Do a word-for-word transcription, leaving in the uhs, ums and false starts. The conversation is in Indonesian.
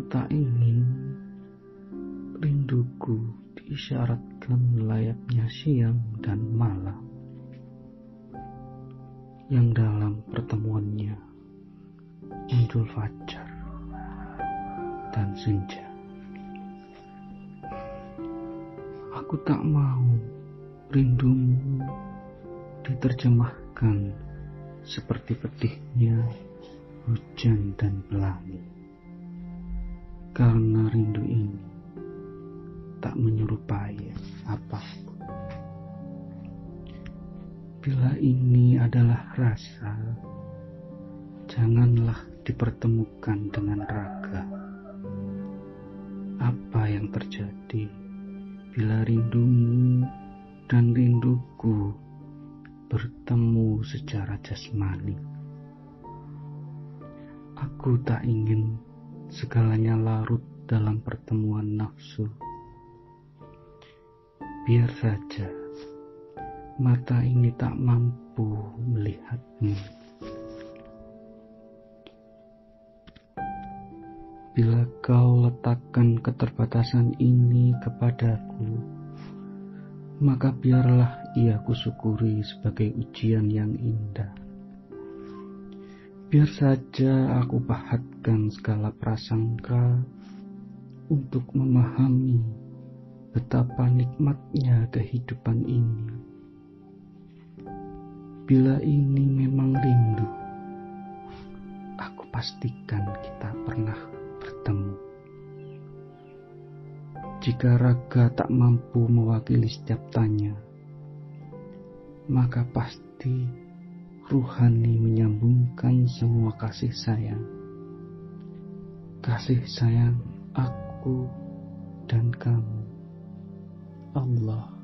tak ingin rinduku diisyaratkan layaknya siang dan malam yang dalam pertemuannya muncul fajar dan senja. Aku tak mau rindumu diterjemahkan seperti pedihnya hujan dan pelangi, karena rindu ini tak menyerupai apapun. Bila ini adalah rasa, janganlah dipertemukan dengan raga. Apa yang terjadi bila rindumu dan rinduku bertemu secara jasmani? Aku tak ingin segalanya larut dalam pertemuan nafsu. Biar saja mata ini tak mampu melihatmu. Bila kau letakkan keterbatasan ini kepadaku, maka biarlah ia kusyukuri sebagai ujian yang indah. Biar saja aku pahatkan segala prasangka untuk memahami betapa nikmatnya kehidupan ini. Bila ini memang rindu, aku pastikan kita pernah bertemu. Jika raga tak mampu mewakili setiap tanya, maka pasti ruhani menyambungkan semua kasih sayang. Kasih sayang aku dan kamu. Allah.